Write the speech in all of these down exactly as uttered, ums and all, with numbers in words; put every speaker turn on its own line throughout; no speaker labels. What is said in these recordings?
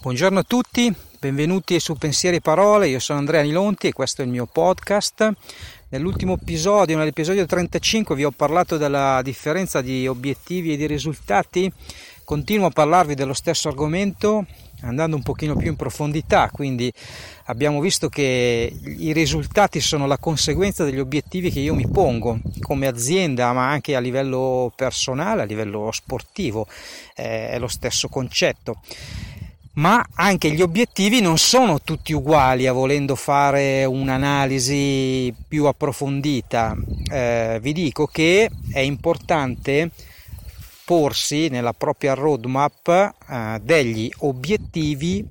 Buongiorno a tutti, benvenuti su Pensieri e Parole, io sono Andrea Nilonti e questo è il mio podcast. Nell'ultimo episodio, nell'episodio trentacinque, vi ho parlato della differenza di obiettivi e di risultati. Continuo a parlarvi dello stesso argomento andando un pochino più in profondità, quindi abbiamo visto che i risultati sono la conseguenza degli obiettivi che io mi pongo come azienda, ma anche a livello personale, a livello sportivo, eh, è lo stesso concetto. Ma anche gli obiettivi non sono tutti uguali, a volendo fare un'analisi più approfondita. Eh, vi dico che è importante porsi nella propria roadmap eh, degli obiettivi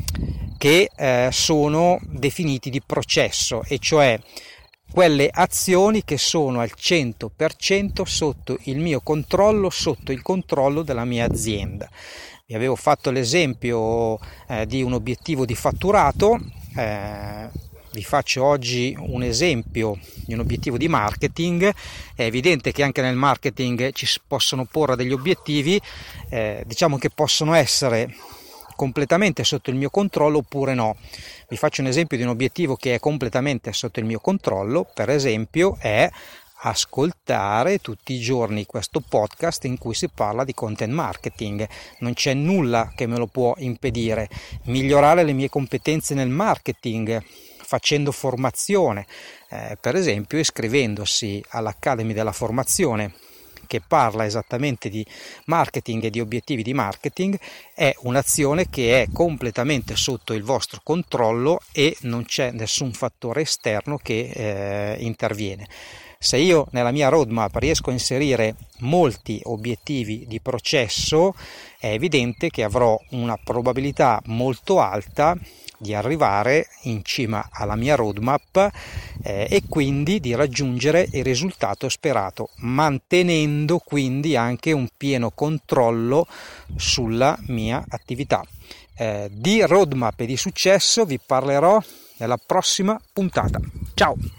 che eh, sono definiti di processo, e cioè quelle azioni che sono al cento per cento sotto il mio controllo, sotto il controllo della mia azienda. Vi avevo fatto l'esempio eh, di un obiettivo di fatturato, eh, vi faccio oggi un esempio di un obiettivo di marketing. È evidente che anche nel marketing ci si possono porre degli obiettivi, eh, diciamo che possono essere completamente sotto il mio controllo oppure no. Vi faccio un esempio di un obiettivo che è completamente sotto il mio controllo, per esempio è ascoltare tutti i giorni questo podcast in cui si parla di content marketing. Non c'è nulla che me lo può impedire. Migliorare le mie competenze nel marketing facendo formazione, eh, per esempio iscrivendosi all'Academy della Formazione che parla esattamente di marketing e di obiettivi di marketing, è un'azione che è completamente sotto il vostro controllo e non c'è nessun fattore esterno che eh, interviene. Se io nella mia roadmap riesco a inserire molti obiettivi di processo, è evidente che avrò una probabilità molto alta di arrivare in cima alla mia roadmap eh, e quindi di raggiungere il risultato sperato, mantenendo quindi anche un pieno controllo sulla mia attività. Eh, di roadmap e di successo vi parlerò nella prossima puntata. Ciao!